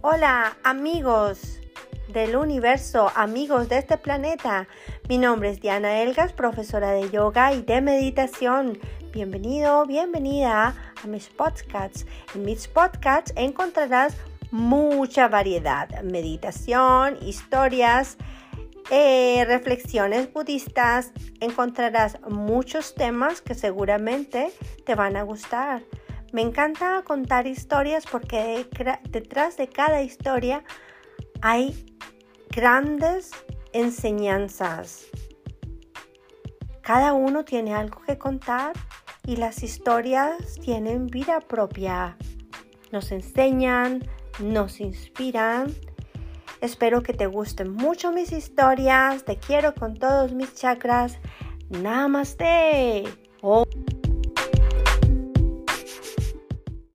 Hola amigos del universo, amigos de este planeta. Mi nombre es Diana Elgas, profesora de yoga y de meditación. Bienvenido, bienvenida a mis podcasts. En mis podcasts encontrarás mucha variedad, meditación, historias, reflexiones budistas. Encontrarás muchos temas que seguramente te van a gustar. Me encanta contar historias porque detrás de cada historia hay grandes enseñanzas. Cada uno tiene algo que contar y las historias tienen vida propia. Nos enseñan, nos inspiran. Espero que te gusten mucho mis historias. Te quiero con todos mis chakras. Namaste.